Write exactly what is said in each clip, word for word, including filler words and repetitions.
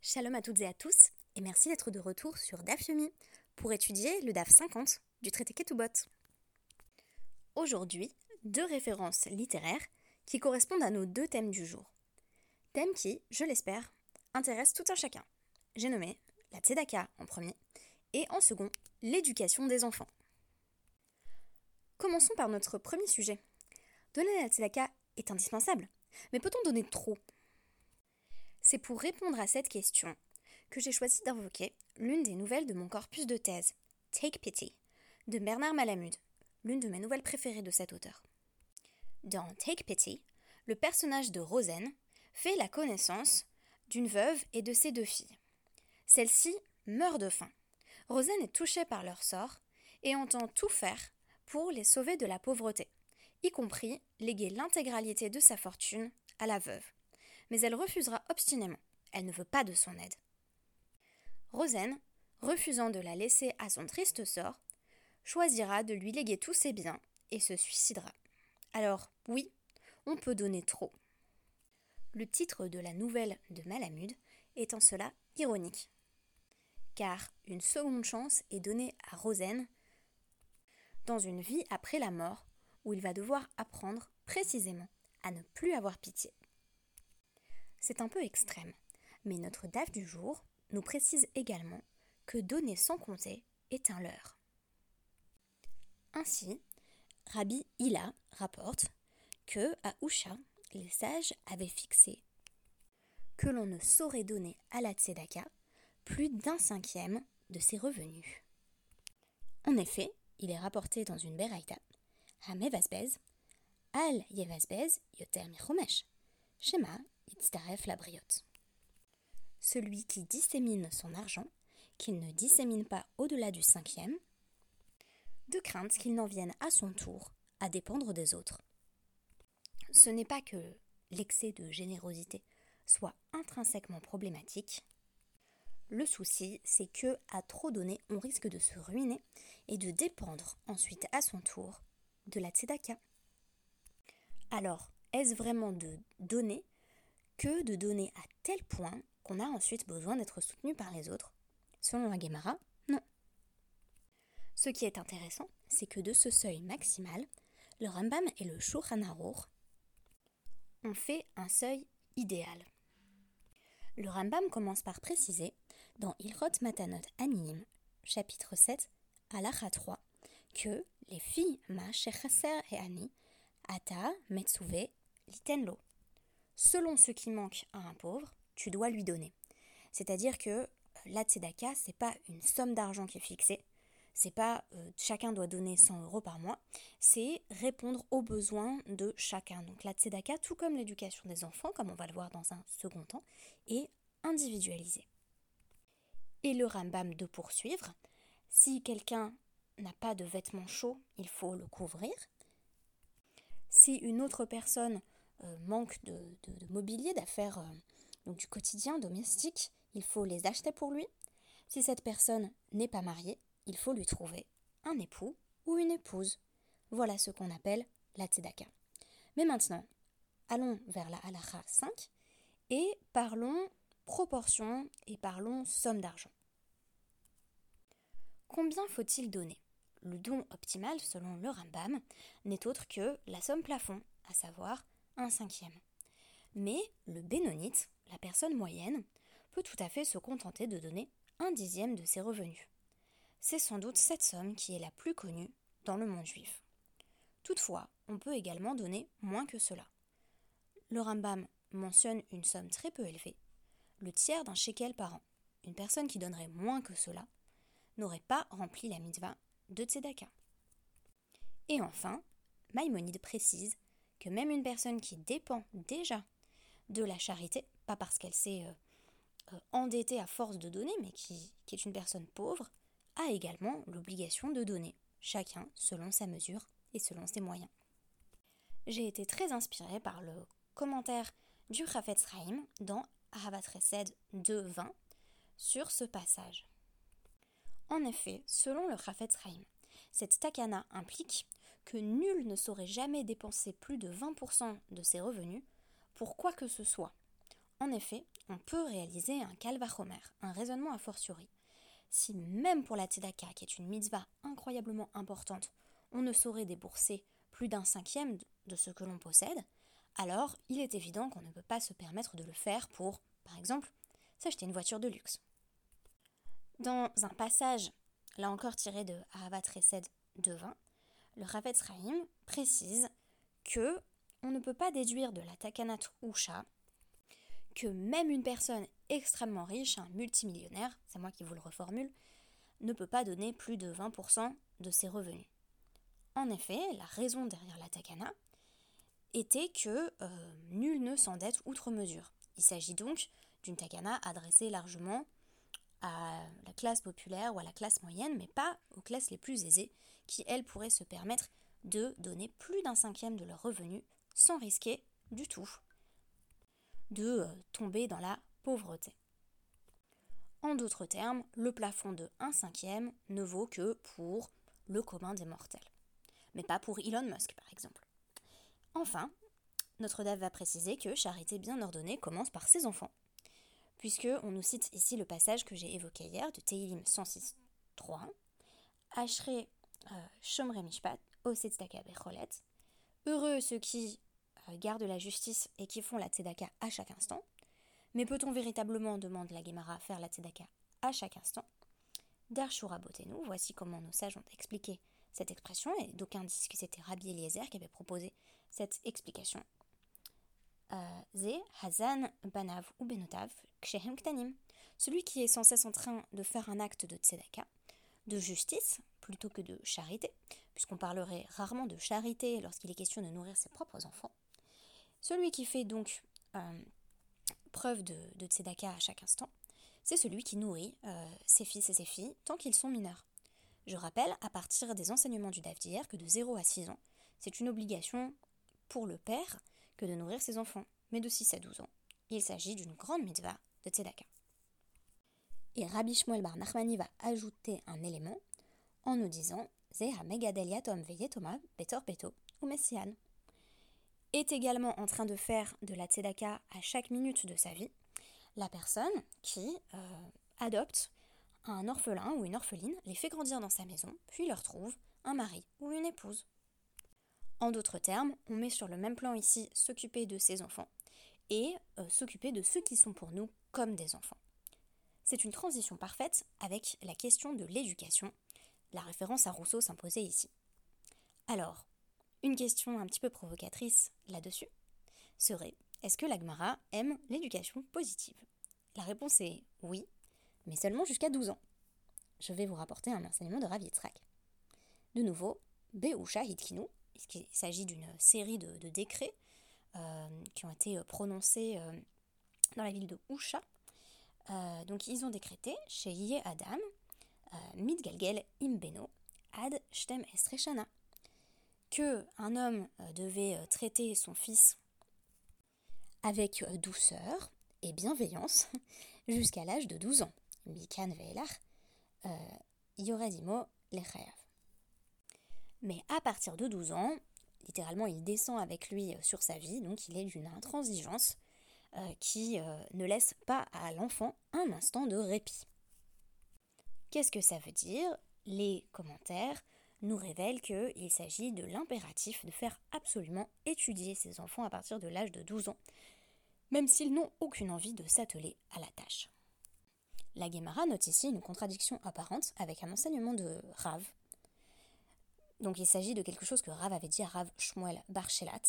Shalom à toutes et à tous, et merci d'être de retour sur Daf Yomi pour étudier le Daf cinquante du traité Ketubot. Aujourd'hui, deux références littéraires qui correspondent à nos deux thèmes du jour. Thèmes qui, je l'espère, intéressent tout un chacun. J'ai nommé la Tzedaka en premier, et en second, l'éducation des enfants. Commençons par notre premier sujet. Donner la Tzedaka est indispensable, mais peut-on donner trop ? C'est pour répondre à cette question que j'ai choisi d'invoquer l'une des nouvelles de mon corpus de thèse, Take Pity, de Bernard Malamud, l'une de mes nouvelles préférées de cet auteur. Dans Take Pity, le personnage de Rosen fait la connaissance d'une veuve et de ses deux filles. Celle-ci meurt de faim. Rosen est touchée par leur sort et entend tout faire pour les sauver de la pauvreté, y compris léguer l'intégralité de sa fortune à la veuve. Mais elle refusera obstinément, elle ne veut pas de son aide. Rosen, refusant de la laisser à son triste sort, choisira de lui léguer tous ses biens et se suicidera. Alors oui, on peut donner trop. Le titre de la nouvelle de Malamud est en cela ironique, car une seconde chance est donnée à Rosen dans une vie après la mort où il va devoir apprendre précisément à ne plus avoir pitié. C'est un peu extrême, mais notre daf du jour nous précise également que donner sans compter est un leurre. Ainsi, Rabbi Hilla rapporte que, à Usha, les sages avaient fixé que l'on ne saurait donner à la tzedaka plus d'un cinquième de ses revenus. En effet, il est rapporté dans une Beraïta, Hamevasbez, Al Yevasbez Yoter Michomesh, Shema Yitztaref Labriot. Celui qui dissémine son argent, qu'il ne dissémine pas au-delà du cinquième, de crainte qu'il n'en vienne à son tour à dépendre des autres. Ce n'est pas que l'excès de générosité soit intrinsèquement problématique. Le souci, c'est que, à trop donner, on risque de se ruiner et de dépendre ensuite à son tour de la tzedaka. Alors, est-ce vraiment de donner que de donner à tel point qu'on a ensuite besoin d'être soutenu par les autres? Selon la Gemara, non. Ce qui est intéressant, c'est que de ce seuil maximal, le Rambam et le Shulchan Aruch ont fait un seuil idéal. Le Rambam commence par préciser, dans Ilchot Matanot Aniyim, chapitre sept, halacha trois, que les filles ma shechaser et ani, ata metsuve litenlo. Selon ce qui manque à un pauvre, tu dois lui donner. C'est-à-dire que la tzedaka, c'est pas une somme d'argent qui est fixée, c'est pas euh, chacun doit donner cent euros par mois, c'est répondre aux besoins de chacun. Donc la tzedaka, tout comme l'éducation des enfants, comme on va le voir dans un second temps, est individualisée. Et le Rambam de poursuivre, si quelqu'un n'a pas de vêtements chauds, il faut le couvrir. Si une autre personne euh, manque de, de, de mobilier, d'affaires euh, donc du quotidien, domestique, il faut les acheter pour lui. Si cette personne n'est pas mariée, il faut lui trouver un époux ou une épouse. Voilà ce qu'on appelle la tzedaka. Mais maintenant, allons vers la halacha cinq et parlons proportion et parlons somme d'argent. Combien faut-il donner ? Le don optimal, selon le Rambam, n'est autre que la somme plafond, à savoir un cinquième. Mais le bénonite, la personne moyenne, peut tout à fait se contenter de donner un dixième de ses revenus. C'est sans doute cette somme qui est la plus connue dans le monde juif. Toutefois, on peut également donner moins que cela. Le Rambam mentionne une somme très peu élevée, le tiers d'un shekel par an. Une personne qui donnerait moins que cela n'aurait pas rempli la mitzvah de tzedaka. Et enfin, Maïmonide précise que même une personne qui dépend déjà de la charité, pas parce qu'elle s'est euh, euh, endettée à force de donner, mais qui, qui est une personne pauvre, a également l'obligation de donner, chacun selon sa mesure et selon ses moyens. J'ai été très inspirée par le commentaire du Chafetz Chaim dans Ahavat Chesed deux vingt sur ce passage. En effet, selon le Chafetz Chaim, cette takana implique que nul ne saurait jamais dépenser plus de vingt pour cent de ses revenus pour quoi que ce soit, En effet, on peut réaliser un kal vachomer, un raisonnement a fortiori. Si même pour la tzedaka, qui est une mitzvah incroyablement importante, on ne saurait débourser plus d'un cinquième de ce que l'on possède, alors il est évident qu'on ne peut pas se permettre de le faire pour, par exemple, s'acheter une voiture de luxe. Dans un passage, là encore tiré de Ahavat Chesed deux vingt, le Chavetz Chaim précise que on ne peut pas déduire de la Takanat Usha que même une personne extrêmement riche, un multimillionnaire, c'est moi qui vous le reformule, ne peut pas donner plus de vingt pour cent de ses revenus. En effet, la raison derrière la Takana était que euh, nul ne s'endette outre mesure. Il s'agit donc d'une Takana adressée largement à la classe populaire ou à la classe moyenne, mais pas aux classes les plus aisées, qui, elles, pourraient se permettre de donner plus d'un cinquième de leurs revenus sans risquer du tout de tomber dans la pauvreté. En d'autres termes, le plafond de un cinquième ne vaut que pour le commun des mortels, mais pas pour Elon Musk par exemple. Enfin, notre Dave va préciser que charité bien ordonnée commence par ses enfants, puisqu'on nous cite ici le passage que j'ai évoqué hier de Tehilim cent six trois. Ashrei Shomrei Mishpat Oseh Tzedaka Becholet. Heureux ceux qui euh, gardent la justice et qui font la tzedaka à chaque instant. Mais peut-on véritablement, demande la Gemara, faire la tzedaka à chaque instant? Darshura Botenu, voici comment nos sages ont expliqué cette expression, et d'aucuns disent que c'était Rabbi Eliezer qui avait proposé cette explication. Ze Hazan Banav ou Benotav Kshehem Ktanim. Celui qui est sans cesse en train de faire un acte de tzedaka, de justice, plutôt que de charité, puisqu'on parlerait rarement de charité lorsqu'il est question de nourrir ses propres enfants. Celui qui fait donc euh, preuve de, de tzedaka à chaque instant, c'est celui qui nourrit euh, ses fils et ses filles tant qu'ils sont mineurs. Je rappelle, à partir des enseignements du Daf d'hier, que de zéro à six ans, c'est une obligation pour le père que de nourrir ses enfants, mais de six à douze ans, il s'agit d'une grande mitzvah de tzedaka. Et Rabbi Shmuel bar Nachmani va ajouter un élément en nous disant Ze ha-megadel yatom veyetoma betor beto ou messian, est également en train de faire de la tzedaka à chaque minute de sa vie la personne qui euh, adopte un orphelin ou une orpheline, les fait grandir dans sa maison, puis leur trouve un mari ou une épouse. En d'autres termes, on met sur le même plan ici s'occuper de ses enfants et euh, s'occuper de ceux qui sont pour nous comme des enfants. C'est une transition parfaite avec la question de l'éducation. La référence à Rousseau s'imposait ici. Alors, une question un petit peu provocatrice là-dessus serait, est-ce que la Gemara aime l'éducation positive? La réponse est oui, mais seulement jusqu'à douze ans. Je vais vous rapporter un enseignement de Rav Yitzhak. De nouveau, Be'usha Hitkinu, puisqu'il s'agit d'une série de, de décrets euh, qui ont été prononcés euh, dans la ville de Usha. Euh, donc ils ont décrété chez Yé Adam, euh, Mitgalgel Imbeno, Ad Shtem Estre Shana, que un homme euh, devait euh, traiter son fils avec euh, douceur et bienveillance jusqu'à l'âge de douze ans. Mikan Ve'elach, Yoredimo Lechayav. Mais à partir de douze ans, littéralement il descend avec lui euh, sur sa vie, donc il est d'une intransigeance euh, qui euh, ne laisse pas à l'enfant un instant de répit. Qu'est-ce que ça veut dire? Les commentaires nous révèlent qu'il s'agit de l'impératif de faire absolument étudier ses enfants à partir de l'âge de douze ans, même s'ils n'ont aucune envie de s'atteler à la tâche. La Gemara note ici une contradiction apparente avec un enseignement de Rav. Donc il s'agit de quelque chose que Rav avait dit à Rav Shmuel bar Shelat.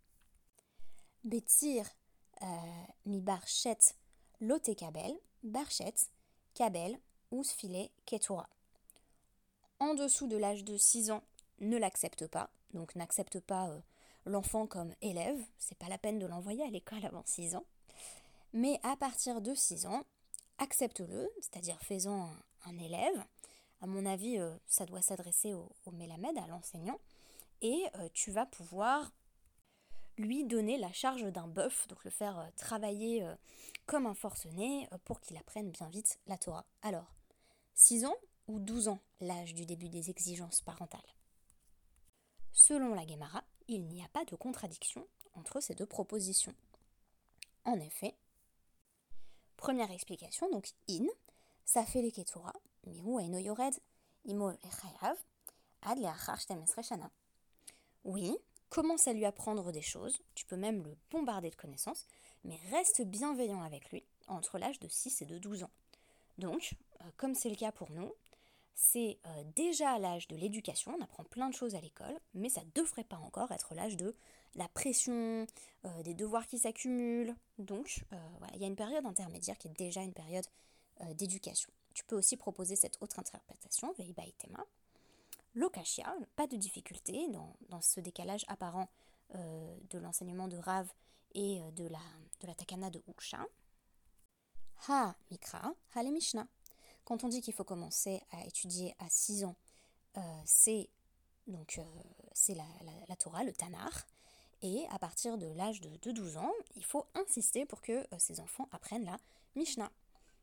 Betir mi bar shet lote kabel, bar shet kabel ou sfile ketura. En dessous de l'âge de six ans, ne l'accepte pas, donc n'accepte pas euh, l'enfant comme élève, c'est pas la peine de l'envoyer à l'école avant six ans, mais à partir de six ans, accepte-le, c'est-à-dire fais-en un, un élève. À mon avis, euh, ça doit s'adresser au, au mélamed, à l'enseignant, et euh, tu vas pouvoir lui donner la charge d'un bœuf, donc le faire euh, travailler euh, comme un forcené euh, pour qu'il apprenne bien vite la Torah. Alors, six ans ou douze ans, l'âge du début des exigences parentales? Selon la Gemara, il n'y a pas de contradiction entre ces deux propositions. En effet, Première explication, donc in, ça fait les ketura, mihu eino yored, imo lechayav, ad leachar shtem esre shana. Oui, commence à lui apprendre des choses, tu peux même le bombarder de connaissances, mais reste bienveillant avec lui entre l'âge de six et de douze ans. Donc, euh, comme c'est le cas pour nous, c'est euh, déjà à l'âge de l'éducation, on apprend plein de choses à l'école, mais ça ne devrait pas encore être l'âge de la pression, euh, des devoirs qui s'accumulent. Donc, euh, voilà, il y a une période intermédiaire qui est déjà une période euh, d'éducation. Tu peux aussi proposer cette autre interprétation, Veiba Itema. Lokashia, pas de difficulté dans, dans ce décalage apparent euh, de l'enseignement de Rav et euh, de, la, de la takana de Usha. Ha Mikra, Ha le Mishnah. Quand on dit qu'il faut commencer à étudier à six ans, euh, c'est donc euh, c'est la, la, la Torah, le Tanakh, et à partir de l'âge de, de douze ans, il faut insister pour que euh, ces enfants apprennent la Mishnah.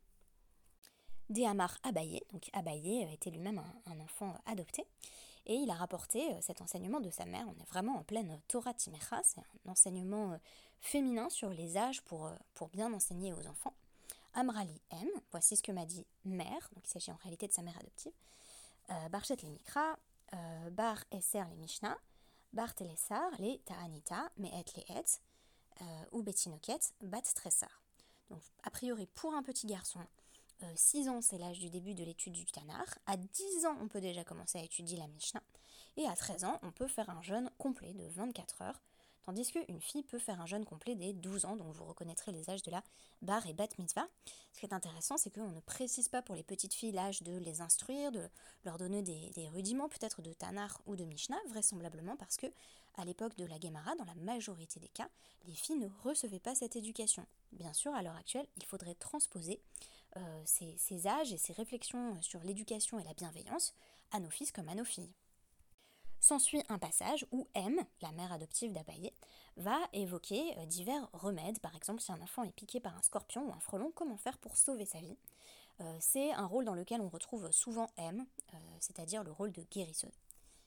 Dehamar Abaye, donc Abaye a été lui-même un, un enfant adopté, et il a rapporté euh, cet enseignement de sa mère. On est vraiment en pleine Torah Timecha, c'est un enseignement euh, féminin sur les âges pour, euh, pour bien enseigner aux enfants. Amrali M, voici ce que m'a dit mère, donc il s'agit en réalité de sa mère adoptive. Euh, Barchet les Mikra, euh, Bar Esser les Mishnah, Bar Telesar les Ta'anita, Me'et les Et, euh, ou Betinoket, Bat Stressar. Donc a priori pour un petit garçon, euh, six ans c'est l'âge du début de l'étude du Tanakh, à dix ans on peut déjà commencer à étudier la Mishnah, et à treize ans on peut faire un jeûne complet de vingt-quatre heures, tandis qu'une fille peut faire un jeûne complet dès douze ans, donc vous reconnaîtrez les âges de la bar et bat mitzvah. Ce qui est intéressant, c'est qu'on ne précise pas pour les petites filles l'âge de les instruire, de leur donner des, des rudiments, peut-être de Tanakh ou de Mishnah, vraisemblablement parce que, à l'époque de la Gemara, dans la majorité des cas, les filles ne recevaient pas cette éducation. Bien sûr, à l'heure actuelle, il faudrait transposer euh, ces, ces âges et ces réflexions sur l'éducation et la bienveillance à nos fils comme à nos filles. S'ensuit un passage où M, la mère adoptive d'Abaye, va évoquer divers remèdes. Par exemple, si un enfant est piqué par un scorpion ou un frelon, comment faire pour sauver sa vie. euh, C'est un rôle dans lequel on retrouve souvent M, euh, c'est-à-dire le rôle de guérisseuse.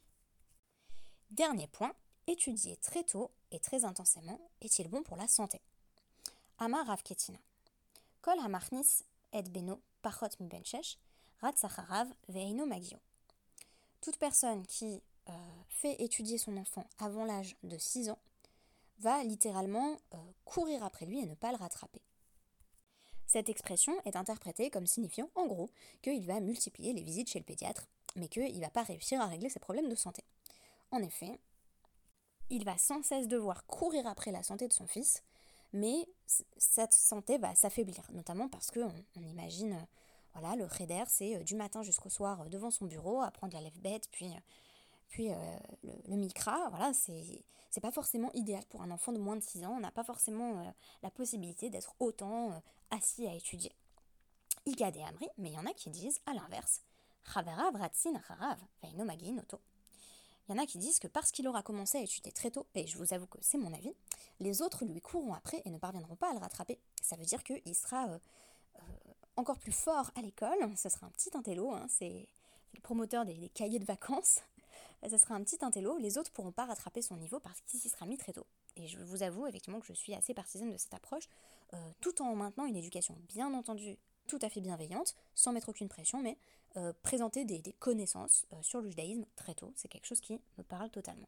Dernier point, étudier très tôt et très intensément est-il bon pour la santé? Amar Rav Ketina. Kol hamachnis et beno pachot mi ben shesh, rat sacharav veino magio. Toute personne qui Euh, fait étudier son enfant avant l'âge de six ans, va littéralement euh, courir après lui et ne pas le rattraper. Cette expression est interprétée comme signifiant en gros qu'il va multiplier les visites chez le pédiatre, mais qu'il ne va pas réussir à régler ses problèmes de santé. En effet, il va sans cesse devoir courir après la santé de son fils, mais cette santé va s'affaiblir, notamment parce qu'on on imagine, euh, voilà, le cheder, c'est euh, du matin jusqu'au soir euh, devant son bureau, à prendre la lève-bête, puis... Euh, Puis euh, le, le Mikra, voilà, c'est, c'est pas forcément idéal pour un enfant de moins de six ans. On n'a pas forcément euh, la possibilité d'être autant euh, assis à étudier. Igade Amri, mais il y en a qui disent à l'inverse. Chavera vratsin charav, veino magi noto. Il y en a qui disent que parce qu'il aura commencé à étudier très tôt, et je vous avoue que c'est mon avis, les autres lui courront après et ne parviendront pas à le rattraper. Ça veut dire qu'il sera euh, euh, encore plus fort à l'école. Ce sera un petit intello, hein, c'est, c'est le promoteur des, des cahiers de vacances. Ça sera un petit intello, les autres ne pourront pas rattraper son niveau parce qu'il s'y sera mis très tôt. Et je vous avoue effectivement que je suis assez partisane de cette approche, euh, tout en maintenant une éducation bien entendu tout à fait bienveillante, sans mettre aucune pression, mais euh, présenter des, des connaissances euh, sur le judaïsme très tôt, c'est quelque chose qui me parle totalement.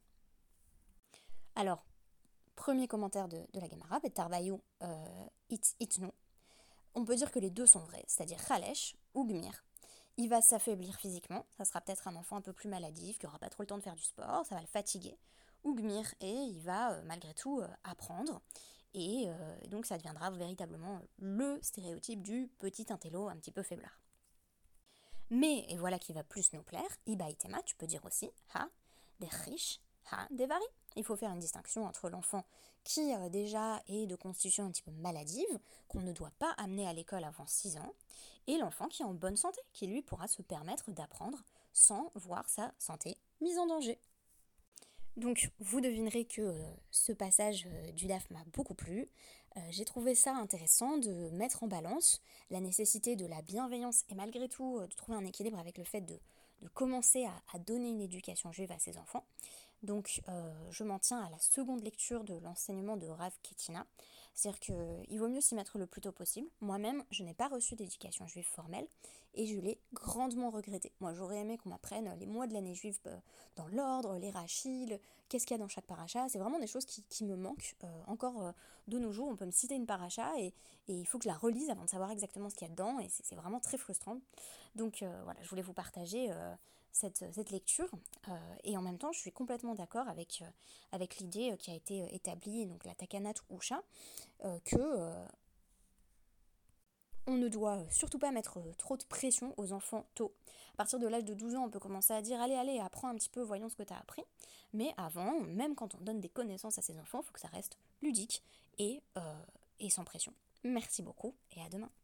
Alors, premier commentaire de, de la Gemara, Betarvayu euh, it itnu. On peut dire que les deux sont vrais, c'est-à-dire Chalesh ou Gmir. Il va s'affaiblir physiquement, ça sera peut-être un enfant un peu plus maladif, qui n'aura pas trop le temps de faire du sport, ça va le fatiguer. Ou Gmir, et il va euh, malgré tout euh, apprendre, et euh, donc ça deviendra véritablement le stéréotype du petit intello un petit peu faiblard. Mais, et voilà qui va plus nous plaire, Iba Itema, tu peux dire aussi, ha, des riches, ha, des varis. Il faut faire une distinction entre l'enfant qui euh, déjà est de constitution un petit peu maladive, qu'on ne doit pas amener à l'école avant six ans, et l'enfant qui est en bonne santé, qui lui pourra se permettre d'apprendre sans voir sa santé mise en danger. Donc vous devinerez que euh, ce passage euh, du D A F m'a beaucoup plu. Euh, j'ai trouvé ça intéressant de mettre en balance la nécessité de la bienveillance et malgré tout euh, de trouver un équilibre avec le fait de, de commencer à, à donner une éducation juive à ses enfants. Donc euh, je m'en tiens à la seconde lecture de l'enseignement de Rav Ketina. C'est-à-dire qu'il vaut mieux s'y mettre le plus tôt possible. Moi-même, je n'ai pas reçu d'éducation juive formelle et je l'ai grandement regretté. Moi, j'aurais aimé qu'on m'apprenne les mois de l'année juive euh, dans l'ordre, les rachis, le- qu'est-ce qu'il y a dans chaque paracha. C'est vraiment des choses qui, qui me manquent euh, encore euh, de nos jours. On peut me citer une paracha et, et il faut que je la relise avant de savoir exactement ce qu'il y a dedans et c'est, c'est vraiment très frustrant. Donc euh, voilà, je voulais vous partager euh, cette, cette lecture euh, et en même temps, je suis complètement d'accord avec, euh, avec l'idée euh, qui a été euh, établie, donc la Takanat Usha, euh, que euh, on ne doit surtout pas mettre euh, trop de pression aux enfants tôt. À partir de l'âge de douze ans, on peut commencer à dire allez, allez, apprends un petit peu, voyons ce que tu as appris. Mais avant, même quand on donne des connaissances à ses enfants, il faut que ça reste ludique et, euh, et sans pression. Merci beaucoup et à demain.